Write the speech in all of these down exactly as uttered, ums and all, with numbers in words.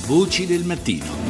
Voci del mattino.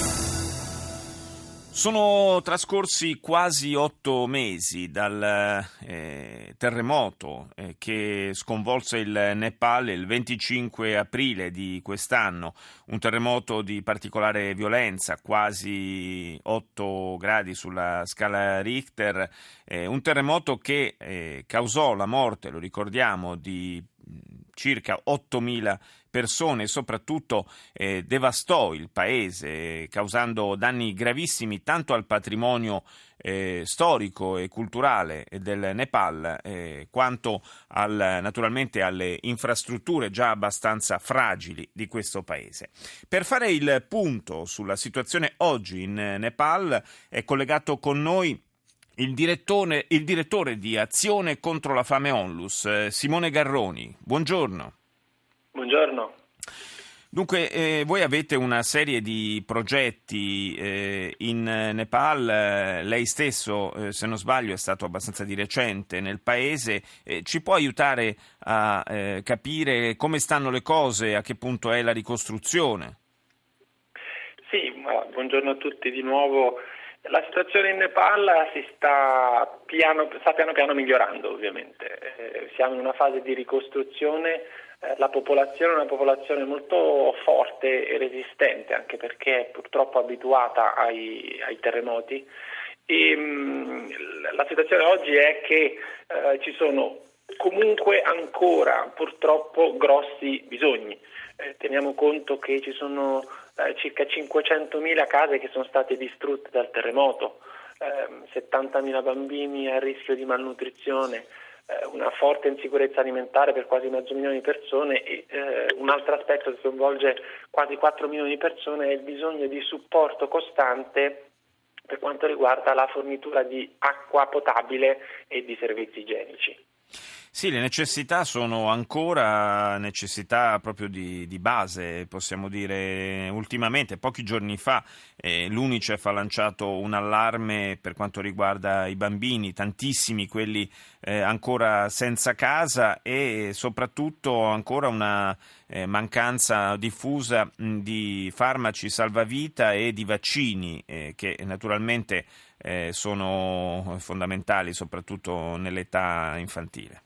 Sono trascorsi quasi otto mesi dal eh, terremoto eh, che sconvolse il Nepal il venticinque aprile di quest'anno, un terremoto di particolare violenza, quasi otto gradi sulla scala Richter, eh, un terremoto che eh, causò la morte, lo ricordiamo, di circa ottomila persone e soprattutto eh, devastò il paese, causando danni gravissimi tanto al patrimonio eh, storico e culturale del Nepal eh, quanto al, naturalmente alle infrastrutture già abbastanza fragili di questo paese. Per fare il punto sulla situazione oggi in Nepal è collegato con noi il direttore, il direttore di Azione contro la fame Onlus, Simone Garroni. Buongiorno. Buongiorno. Dunque, eh, voi avete una serie di progetti eh, in Nepal, eh, lei stesso, eh, se non sbaglio, è stato abbastanza di recente nel paese. Eh, ci può aiutare a eh, capire come stanno le cose, a che punto è la ricostruzione? Sì, buongiorno a tutti di nuovo. La situazione in Nepal si sta piano, sta piano piano migliorando, ovviamente. Eh, siamo in una fase di ricostruzione. Eh, la popolazione è una popolazione molto forte e resistente, anche perché è purtroppo abituata ai, ai terremoti. E, mh, la situazione oggi è che eh, ci sono comunque ancora purtroppo grossi bisogni. Eh, teniamo conto che ci sono eh, circa cinquecentomila case che sono state distrutte dal terremoto, eh, settantamila bambini a rischio di malnutrizione, eh, una forte insicurezza alimentare per quasi mezzo milione di persone e eh, un altro aspetto che coinvolge quasi quattro milioni di persone è il bisogno di supporto costante per quanto riguarda la fornitura di acqua potabile e di servizi igienici. Sì, le necessità sono ancora necessità proprio di, di base, possiamo dire. Ultimamente, pochi giorni fa, eh, l'UNICEF ha lanciato un allarme per quanto riguarda i bambini, tantissimi quelli eh, ancora senza casa e soprattutto ancora una eh, mancanza diffusa mh, di farmaci salvavita e di vaccini eh, che naturalmente eh, sono fondamentali soprattutto nell'età infantile.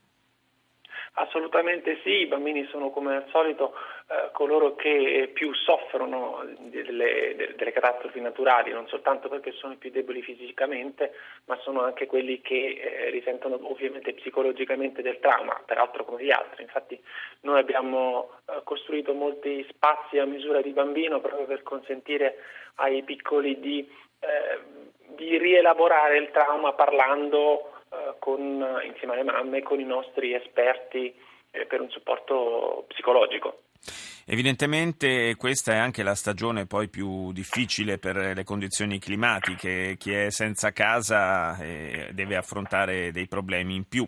Assolutamente sì, i bambini sono come al solito eh, coloro che più soffrono delle, delle catastrofi naturali, non soltanto perché sono i più deboli fisicamente, ma sono anche quelli che eh, risentono ovviamente psicologicamente del trauma, peraltro come gli altri. Infatti noi abbiamo eh, costruito molti spazi a misura di bambino proprio per consentire ai piccoli di, eh, di rielaborare il trauma parlando Con, insieme alle mamme, con i nostri esperti eh, per un supporto psicologico. Evidentemente questa è anche la stagione poi più difficile per le condizioni climatiche. Chi è senza casa eh, deve affrontare dei problemi in più.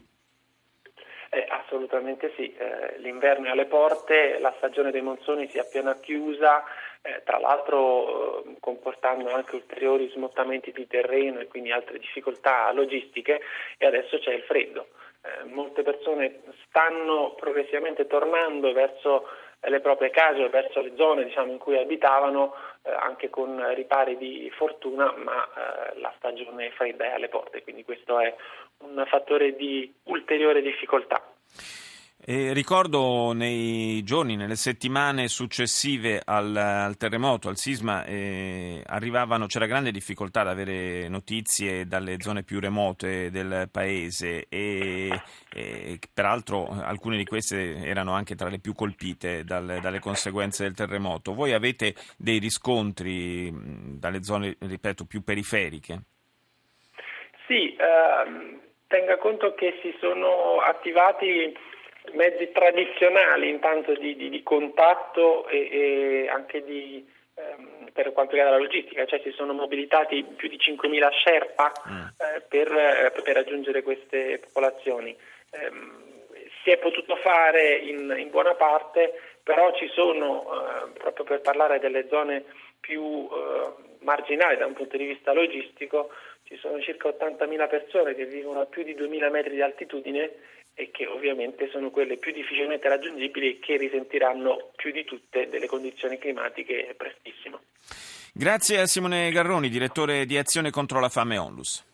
Eh, assolutamente sì, eh, l'inverno è alle porte, la stagione dei monsoni si è appena chiusa, eh, tra l'altro eh, comportando anche ulteriori smottamenti di terreno e quindi altre difficoltà logistiche, e adesso c'è il freddo. Eh, molte persone stanno progressivamente tornando verso le proprie case o verso le zone, diciamo, in cui abitavano, eh, anche con ripari di fortuna, ma eh, la stagione fredda è alle porte, quindi questo è un fattore di ulteriore difficoltà. E ricordo nei giorni, nelle settimane successive al, al terremoto, al sisma, eh, arrivavano, c'era grande difficoltà ad avere notizie dalle zone più remote del paese e, e peraltro alcune di queste erano anche tra le più colpite dal, dalle conseguenze del terremoto. Voi avete dei riscontri mh, dalle zone, ripeto, più periferiche? Sì, ehm, tenga conto che si sono attivati mezzi tradizionali intanto di, di, di contatto e, e anche di, ehm, per quanto riguarda la logistica, cioè si sono mobilitati più di cinquemila Sherpa eh, per, eh, per raggiungere queste popolazioni. Eh, si è potuto fare in, in buona parte, però ci sono, eh, proprio per parlare delle zone più eh, marginali da un punto di vista logistico, ci sono circa ottantamila persone che vivono a più di duemila metri di altitudine e che ovviamente sono quelle più difficilmente raggiungibili e che risentiranno più di tutte delle condizioni climatiche prestissimo. Grazie a Simone Garroni, direttore di Azione contro la fame Onlus.